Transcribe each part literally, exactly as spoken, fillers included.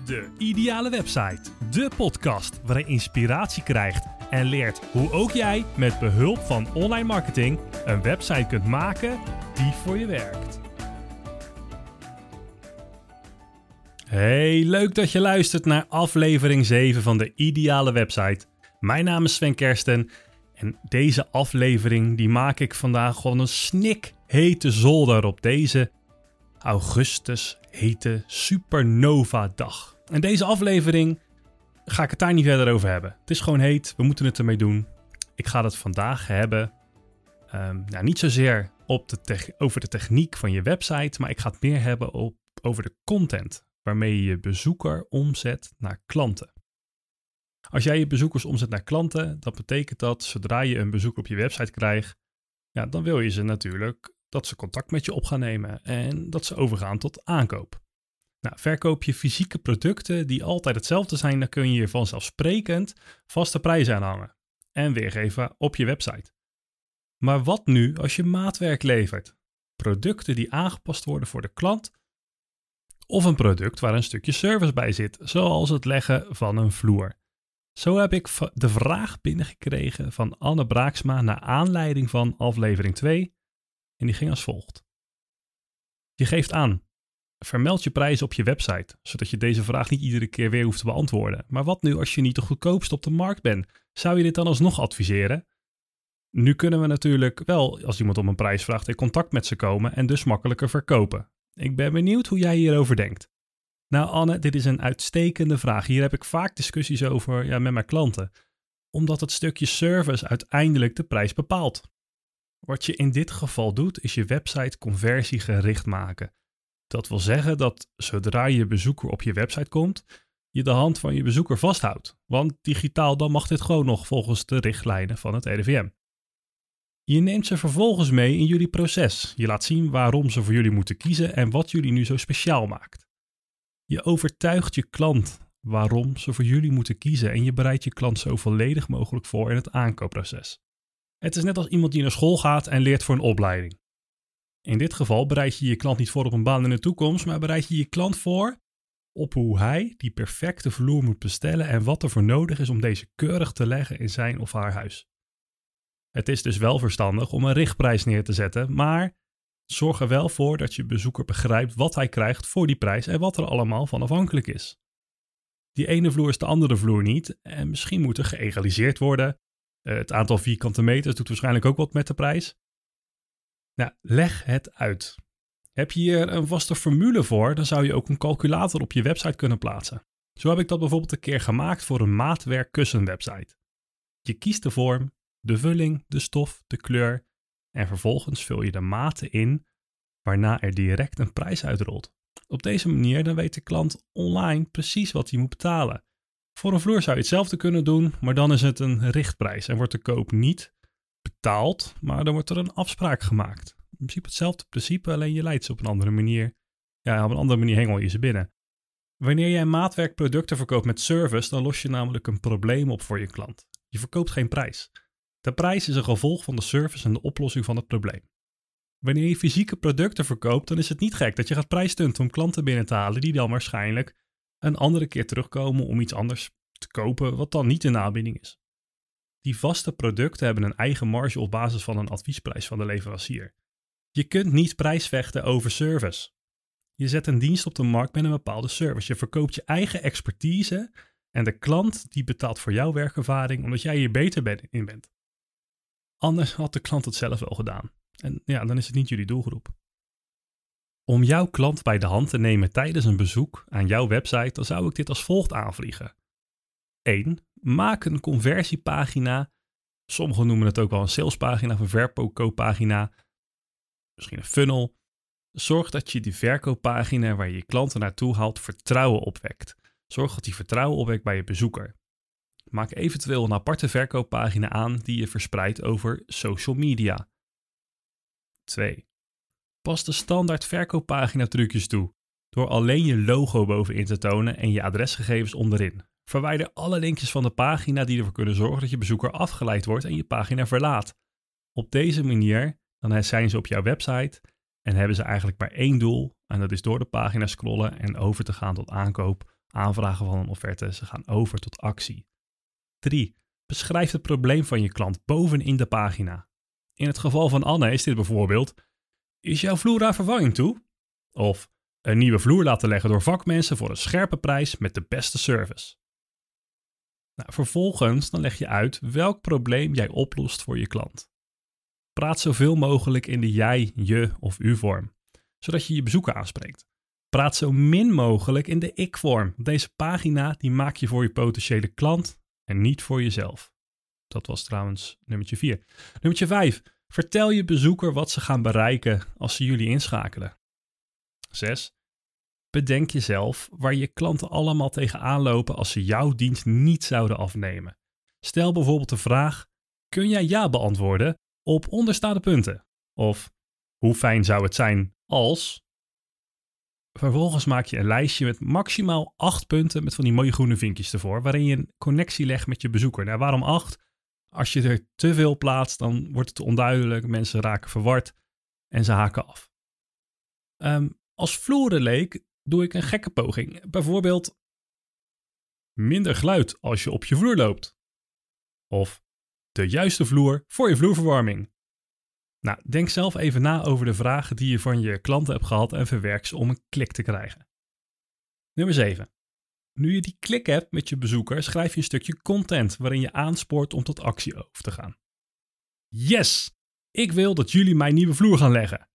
De Ideale Website, de podcast waarin je inspiratie krijgt en leert hoe ook jij met behulp van online marketing een website kunt maken die voor je werkt. Hey, leuk dat je luistert naar aflevering zeven van de Ideale Website. Mijn naam is Sven Kersten en deze aflevering die maak ik vandaag gewoon een snikhete zolder op deze augustus hete supernova dag. En deze aflevering ga ik het daar niet verder over hebben. Het is gewoon heet, we moeten het ermee doen. Ik ga het vandaag hebben, um, nou, niet zozeer op de te- over de techniek van je website, maar ik ga het meer hebben op, over de content waarmee je je bezoeker omzet naar klanten. Als jij je bezoekers omzet naar klanten, dan betekent dat zodra je een bezoeker op je website krijgt, ja, dan wil je ze natuurlijk dat ze contact met je op gaan nemen en dat ze overgaan tot aankoop. Nou, verkoop je fysieke producten die altijd hetzelfde zijn, dan kun je hier vanzelfsprekend vaste prijzen aan hangen en weergeven op je website. Maar wat nu als je maatwerk levert? Producten die aangepast worden voor de klant of een product waar een stukje service bij zit, zoals het leggen van een vloer. Zo heb ik de vraag binnengekregen van Anne Braaksma naar aanleiding van aflevering twee en die ging als volgt. Je geeft aan, vermeld je prijzen op je website, zodat je deze vraag niet iedere keer weer hoeft te beantwoorden. Maar wat nu als je niet de goedkoopste op de markt bent? Zou je dit dan alsnog adviseren? Nu kunnen we natuurlijk wel, als iemand om een prijs vraagt, in contact met ze komen en dus makkelijker verkopen. Ik ben benieuwd hoe jij hierover denkt. Nou Anne, dit is een uitstekende vraag. Hier heb ik vaak discussies over ja, met mijn klanten. Omdat het stukje service uiteindelijk de prijs bepaalt. Wat je in dit geval doet, is je website conversiegericht maken. Dat wil zeggen dat zodra je bezoeker op je website komt, je de hand van je bezoeker vasthoudt. Want digitaal dan mag dit gewoon nog volgens de richtlijnen van het R I V M. Je neemt ze vervolgens mee in jullie proces. Je laat zien waarom ze voor jullie moeten kiezen en wat jullie nu zo speciaal maakt. Je overtuigt je klant waarom ze voor jullie moeten kiezen en je bereidt je klant zo volledig mogelijk voor in het aankoopproces. Het is net als iemand die naar school gaat en leert voor een opleiding. In dit geval bereid je je klant niet voor op een baan in de toekomst, maar bereid je je klant voor op hoe hij die perfecte vloer moet bestellen en wat er voor nodig is om deze keurig te leggen in zijn of haar huis. Het is dus wel verstandig om een richtprijs neer te zetten, maar zorg er wel voor dat je bezoeker begrijpt wat hij krijgt voor die prijs en wat er allemaal van afhankelijk is. Die ene vloer is de andere vloer niet en misschien moet er geëgaliseerd worden. Het aantal vierkante meters doet waarschijnlijk ook wat met de prijs. Nou, leg het uit. Heb je hier een vaste formule voor, dan zou je ook een calculator op je website kunnen plaatsen. Zo heb ik dat bijvoorbeeld een keer gemaakt voor een maatwerk kussenwebsite. Je kiest de vorm, de vulling, de stof, de kleur en vervolgens vul je de maten in, waarna er direct een prijs uitrolt. Op deze manier dan weet de klant online precies wat hij moet betalen. Voor een vloer zou je hetzelfde kunnen doen, maar dan is het een richtprijs en wordt de koop niet betaald, maar dan wordt er een afspraak gemaakt. In principe hetzelfde principe, alleen je leidt ze op een andere manier. Ja, op een andere manier hengel je ze binnen. Wanneer jij maatwerkproducten verkoopt met service, dan los je namelijk een probleem op voor je klant. Je verkoopt geen prijs. De prijs is een gevolg van de service en de oplossing van het probleem. Wanneer je fysieke producten verkoopt, dan is het niet gek dat je gaat prijsstunten om klanten binnen te halen die dan waarschijnlijk een andere keer terugkomen om iets anders te kopen wat dan niet in de aanbieding is. Die vaste producten hebben een eigen marge op basis van een adviesprijs van de leverancier. Je kunt niet prijsvechten over service. Je zet een dienst op de markt met een bepaalde service. Je verkoopt je eigen expertise en de klant die betaalt voor jouw werkervaring omdat jij hier beter in bent. Anders had de klant het zelf wel gedaan. En ja, dan is het niet jullie doelgroep. Om jouw klant bij de hand te nemen tijdens een bezoek aan jouw website, dan zou ik dit als volgt aanvliegen. één. Maak een conversiepagina. Sommigen noemen het ook wel een salespagina of een verkooppagina. Misschien een funnel. Zorg dat je die verkooppagina waar je je klanten naartoe haalt vertrouwen opwekt. Zorg dat die vertrouwen opwekt bij je bezoeker. Maak eventueel een aparte verkooppagina aan die je verspreidt over social media. twee. Pas de standaard verkooppagina trucjes toe door alleen je logo bovenin te tonen en je adresgegevens onderin. Verwijder alle linkjes van de pagina die ervoor kunnen zorgen dat je bezoeker afgeleid wordt en je pagina verlaat. Op deze manier dan zijn ze op jouw website en hebben ze eigenlijk maar één doel en dat is door de pagina scrollen en over te gaan tot aankoop aanvragen van een offerte. Ze gaan over tot actie. drie. Beschrijf het probleem van je klant bovenin de pagina. In het geval van Anne is dit bijvoorbeeld: is jouw vloer aan vervanging toe? Of een nieuwe vloer laten leggen door vakmensen voor een scherpe prijs met de beste service. Nou, vervolgens dan leg je uit welk probleem jij oplost voor je klant. Praat zoveel mogelijk in de jij, je of u vorm, zodat je je bezoeker aanspreekt. Praat zo min mogelijk in de ik vorm. Deze pagina die maak je voor je potentiële klant en niet voor jezelf. Dat was trouwens nummertje vier. Nummertje vijf. Vertel je bezoeker wat ze gaan bereiken als ze jullie inschakelen. zes. Bedenk jezelf waar je klanten allemaal tegenaan lopen als ze jouw dienst niet zouden afnemen. Stel bijvoorbeeld de vraag: kun jij ja beantwoorden op onderstaande punten? Of hoe fijn zou het zijn als... Vervolgens maak je een lijstje met maximaal acht punten met van die mooie groene vinkjes ervoor, waarin je een connectie legt met je bezoeker. Nou, waarom acht? Als je er te veel plaatst, dan wordt het onduidelijk, mensen raken verward en ze haken af. Um, als vloerenleek doe ik een gekke poging. Bijvoorbeeld minder geluid als je op je vloer loopt. Of de juiste vloer voor je vloerverwarming. Nou, denk zelf even na over de vragen die je van je klanten hebt gehad en verwerk ze om een klik te krijgen. Nummer zeven. Nu je die klik hebt met je bezoeker, schrijf je een stukje content waarin je aanspoort om tot actie over te gaan. Yes! Ik wil dat jullie mijn nieuwe vloer gaan leggen.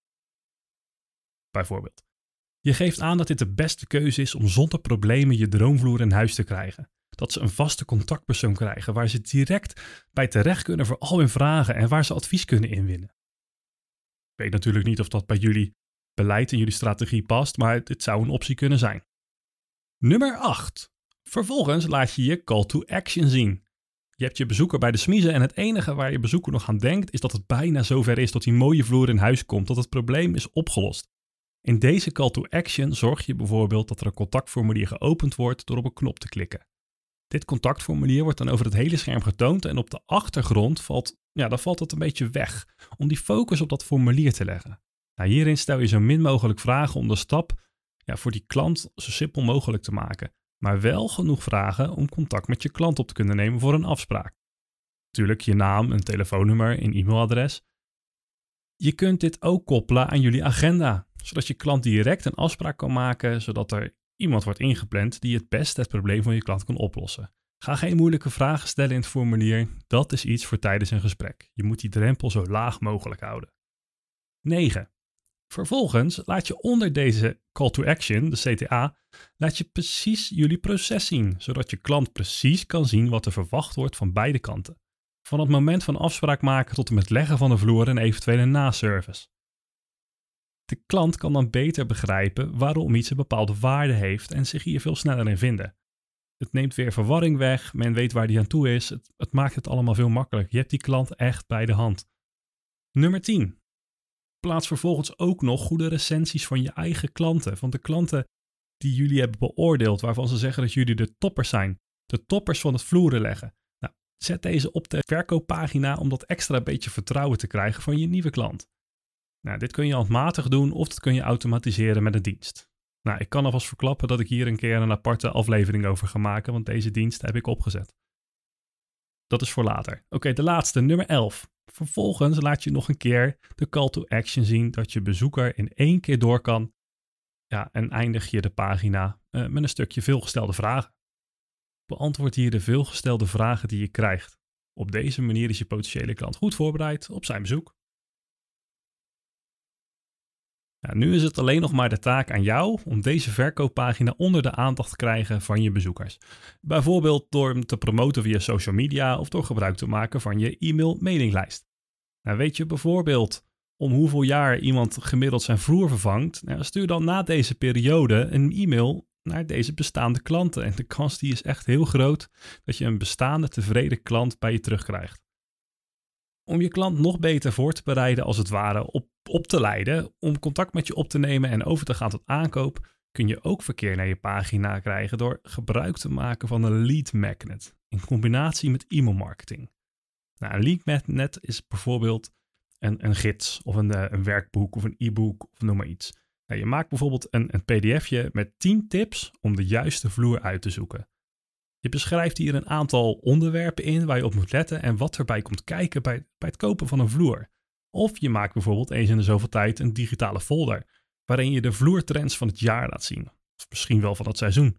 Bijvoorbeeld. Je geeft aan dat dit de beste keuze is om zonder problemen je droomvloer in huis te krijgen. Dat ze een vaste contactpersoon krijgen waar ze direct bij terecht kunnen voor al hun vragen en waar ze advies kunnen inwinnen. Ik weet natuurlijk niet of dat bij jullie beleid en jullie strategie past, maar het zou een optie kunnen zijn. Nummer acht. Vervolgens laat je je call to action zien. Je hebt je bezoeker bij de smiezen en het enige waar je bezoeker nog aan denkt is dat het bijna zover is dat die mooie vloer in huis komt, dat het probleem is opgelost. In deze call to action zorg je bijvoorbeeld dat er een contactformulier geopend wordt door op een knop te klikken. Dit contactformulier wordt dan over het hele scherm getoond en op de achtergrond valt, ja, dan valt het een beetje weg om die focus op dat formulier te leggen. Nou, hierin stel je zo min mogelijk vragen om de stap ja, voor die klant zo simpel mogelijk te maken, maar wel genoeg vragen om contact met je klant op te kunnen nemen voor een afspraak. Natuurlijk je naam, een telefoonnummer, een e-mailadres. Je kunt dit ook koppelen aan jullie agenda, zodat je klant direct een afspraak kan maken, zodat er iemand wordt ingepland die het beste het probleem van je klant kan oplossen. Ga geen moeilijke vragen stellen in het formulier, dat is iets voor tijdens een gesprek. Je moet die drempel zo laag mogelijk houden. negen. Vervolgens laat je onder deze call to action, de C T A, laat je precies jullie proces zien, zodat je klant precies kan zien wat er verwacht wordt van beide kanten. Van het moment van afspraak maken tot en met leggen van de vloer en eventuele naservice. De klant kan dan beter begrijpen waarom iets een bepaalde waarde heeft en zich hier veel sneller in vinden. Het neemt weer verwarring weg, men weet waar die aan toe is, het, het maakt het allemaal veel makkelijker. Je hebt die klant echt bij de hand. Nummer tien. Plaats vervolgens ook nog goede recensies van je eigen klanten, van de klanten die jullie hebben beoordeeld, waarvan ze zeggen dat jullie de toppers zijn, de toppers van het vloeren leggen. Nou, zet deze op de verkooppagina om dat extra beetje vertrouwen te krijgen van je nieuwe klant. Nou, dit kun je handmatig doen of dat kun je automatiseren met een dienst. Nou, ik kan alvast verklappen dat ik hier een keer een aparte aflevering over ga maken, want deze dienst heb ik opgezet. Dat is voor later. Oké, okay, de laatste, nummer elf. Vervolgens laat je nog een keer de call to action zien dat je bezoeker in één keer door kan. Ja, en eindig je de pagina uh, met een stukje veelgestelde vragen. Beantwoord hier de veelgestelde vragen die je krijgt. Op deze manier is je potentiële klant goed voorbereid op zijn bezoek. Nou, nu is het alleen nog maar de taak aan jou om deze verkooppagina onder de aandacht te krijgen van je bezoekers. Bijvoorbeeld door hem te promoten via social media of door gebruik te maken van je e-mail mailinglijst. Nou, weet je bijvoorbeeld om hoeveel jaar iemand gemiddeld zijn vloer vervangt? Nou, stuur dan na deze periode een e-mail naar deze bestaande klanten. En de kans die is echt heel groot dat je een bestaande tevreden klant bij je terugkrijgt. Om je klant nog beter voor te bereiden, als het ware op, op te leiden, om contact met je op te nemen en over te gaan tot aankoop, kun je ook verkeer naar je pagina krijgen door gebruik te maken van een lead magnet in combinatie met e-mailmarketing. Nou, een lead magnet is bijvoorbeeld een, een gids of een, een werkboek of een e-book of noem maar iets. Nou, je maakt bijvoorbeeld een, een pdfje met tien tips om de juiste vloer uit te zoeken. Je beschrijft hier een aantal onderwerpen in waar je op moet letten en wat erbij komt kijken bij, bij het kopen van een vloer. Of je maakt bijvoorbeeld eens in de zoveel tijd een digitale folder waarin je de vloertrends van het jaar laat zien. Of misschien wel van het seizoen.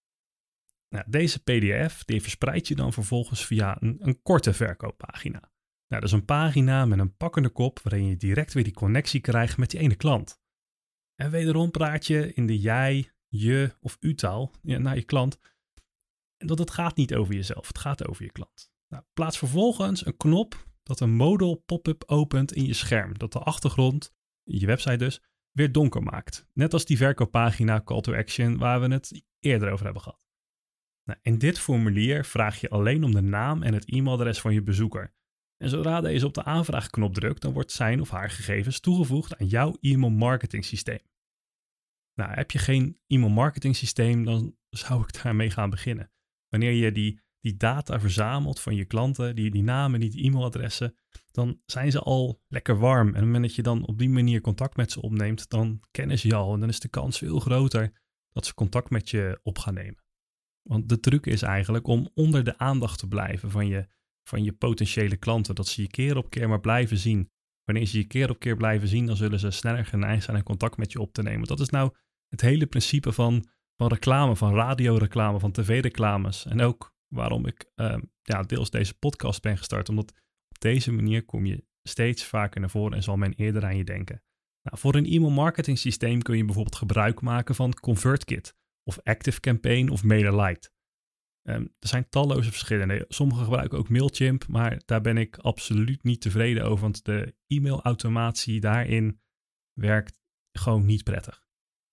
Nou, deze pdf die verspreid je dan vervolgens via een, een korte verkooppagina. Nou, dat is een pagina met een pakkende kop waarin je direct weer die connectie krijgt met die ene klant. En wederom praat je in de jij, je of u-taal ja, naar je klant. En dat het gaat niet over jezelf, het gaat over je klant. Nou, plaats vervolgens een knop dat een modal pop-up opent in je scherm. Dat de achtergrond, je website dus, weer donker maakt. Net als die verkooppagina call to action waar we het eerder over hebben gehad. Nou, in dit formulier vraag je alleen om de naam en het e-mailadres van je bezoeker. En zodra deze op de aanvraagknop drukt, dan wordt zijn of haar gegevens toegevoegd aan jouw e-mail marketing systeem. Nou, heb je geen e-mail marketing systeem, dan zou ik daarmee gaan beginnen. Wanneer je die, die data verzamelt van je klanten, die, die namen, die e-mailadressen, dan zijn ze al lekker warm. En op het moment dat je dan op die manier contact met ze opneemt, dan kennen ze je al. En dan is de kans veel groter dat ze contact met je op gaan nemen. Want de truc is eigenlijk om onder de aandacht te blijven van je, van je potentiële klanten. Dat ze je keer op keer maar blijven zien. Wanneer ze je keer op keer blijven zien, dan zullen ze sneller geneigd zijn om contact met je op te nemen. Dat is nou het hele principe van, van reclame, van radioreclame, van tv-reclames. En ook waarom ik uh, ja, deels deze podcast ben gestart. Omdat op deze manier kom je steeds vaker naar voren en zal men eerder aan je denken. Nou, voor een e-mail marketing systeem kun je bijvoorbeeld gebruik maken van ConvertKit of ActiveCampaign of MailerLite. Um, er zijn talloze verschillende. Sommigen gebruiken ook Mailchimp, maar daar ben ik absoluut niet tevreden over, want de e-mailautomatie daarin werkt gewoon niet prettig.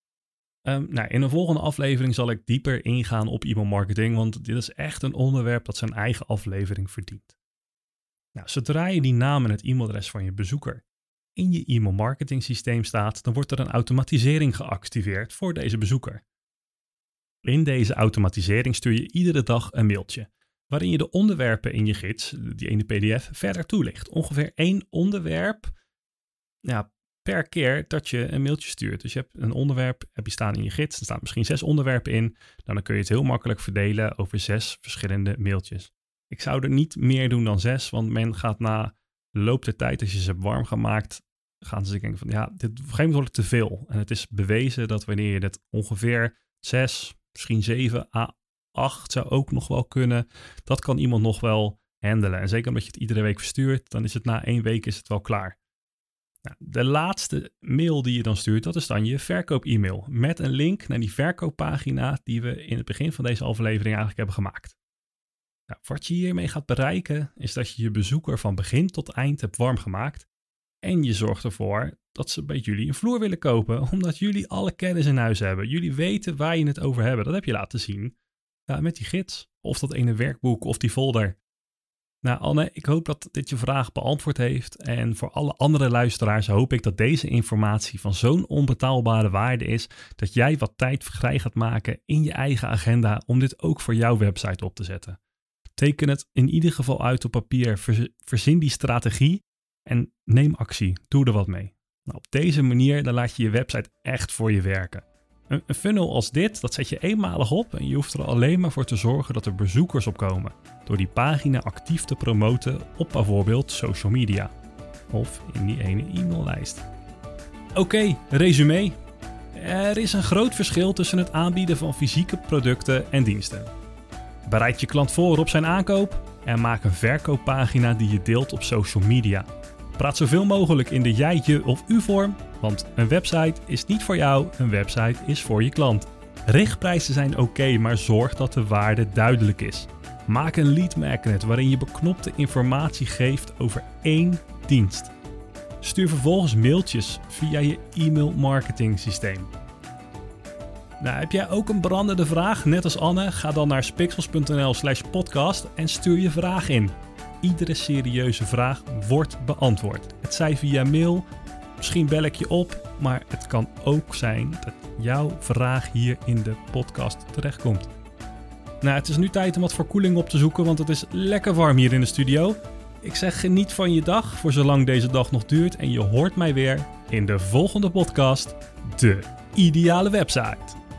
Um, nou, in een volgende aflevering zal ik dieper ingaan op e-mail marketing, want dit is echt een onderwerp dat zijn eigen aflevering verdient. Nou, zodra je die naam en het e-mailadres van je bezoeker in je e-mail marketing systeem staat, dan wordt er een automatisering geactiveerd voor deze bezoeker. In deze automatisering stuur je iedere dag een mailtje, waarin je de onderwerpen in je gids, die ene pdf, verder toelicht. Ongeveer één onderwerp ja, per keer dat je een mailtje stuurt. Dus je hebt een onderwerp, heb je staan in je gids, er staan misschien zes onderwerpen in. Dan kun je het heel makkelijk verdelen over zes verschillende mailtjes. Ik zou er niet meer doen dan zes, want men gaat na de loop der tijd, als je ze hebt warm gemaakt, gaan ze denken van ja, dit, op een gegeven moment wordt het te veel. En het is bewezen dat wanneer je dit ongeveer zes, misschien zeven à acht zou ook nog wel kunnen. Dat kan iemand nog wel handelen. En zeker omdat je het iedere week verstuurt, dan is het na één week is het wel klaar. Nou, de laatste mail die je dan stuurt, dat is dan je verkoop-e-mail. Met een link naar die verkooppagina die we in het begin van deze aflevering eigenlijk hebben gemaakt. Nou, wat je hiermee gaat bereiken, is dat je je bezoeker van begin tot eind hebt warm gemaakt. En je zorgt ervoor dat ze bij jullie een vloer willen kopen, omdat jullie alle kennis in huis hebben. Jullie weten waar je het over hebt. Dat heb je laten zien ja, met die gids, of dat ene werkboek of die folder. Nou Anne, ik hoop dat dit je vraag beantwoord heeft. En voor alle andere luisteraars hoop ik dat deze informatie van zo'n onbetaalbare waarde is, dat jij wat tijd vrij gaat maken in je eigen agenda om dit ook voor jouw website op te zetten. Teken het in ieder geval uit op papier, verzin die strategie en neem actie. Doe er wat mee. Nou, op deze manier dan laat je je website echt voor je werken. Een, een funnel als dit, dat zet je eenmalig op en je hoeft er alleen maar voor te zorgen dat er bezoekers op komen. Door die pagina actief te promoten op bijvoorbeeld social media. Of in die ene e-maillijst. Oké, okay, resume. Er is een groot verschil tussen het aanbieden van fysieke producten en diensten. Bereid je klant voor op zijn aankoop en maak een verkooppagina die je deelt op social media. Praat zoveel mogelijk in de jij, je of u vorm, want een website is niet voor jou, een website is voor je klant. Richtprijzen zijn oké, okay, maar zorg dat de waarde duidelijk is. Maak een lead magnet waarin je beknopte informatie geeft over één dienst. Stuur vervolgens mailtjes via je e-mail marketing systeem. Nou, heb jij ook een brandende vraag, net als Anne? Ga dan naar spixels.nl slash podcast en stuur je vraag in. Iedere serieuze vraag wordt beantwoord. Het zij via mail, misschien bel ik je op, maar het kan ook zijn dat jouw vraag hier in de podcast terechtkomt. Nou, het is nu tijd om wat verkoeling op te zoeken, want het is lekker warm hier in de studio. Ik zeg geniet van je dag, voor zolang deze dag nog duurt en je hoort mij weer in de volgende podcast, De Ideale Website.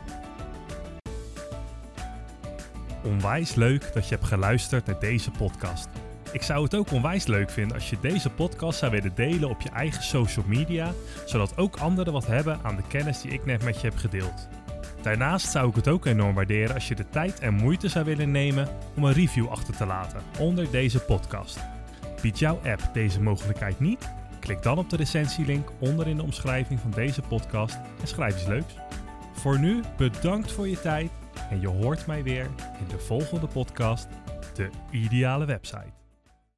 Onwijs leuk dat je hebt geluisterd naar deze podcast. Ik zou het ook onwijs leuk vinden als je deze podcast zou willen delen op je eigen social media, zodat ook anderen wat hebben aan de kennis die ik net met je heb gedeeld. Daarnaast zou ik het ook enorm waarderen als je de tijd en moeite zou willen nemen om een review achter te laten onder deze podcast. Biedt jouw app deze mogelijkheid niet? Klik dan op de recensielink onder in de omschrijving van deze podcast en schrijf iets leuks. Voor nu bedankt voor je tijd en je hoort mij weer in de volgende podcast, De Ideale Website.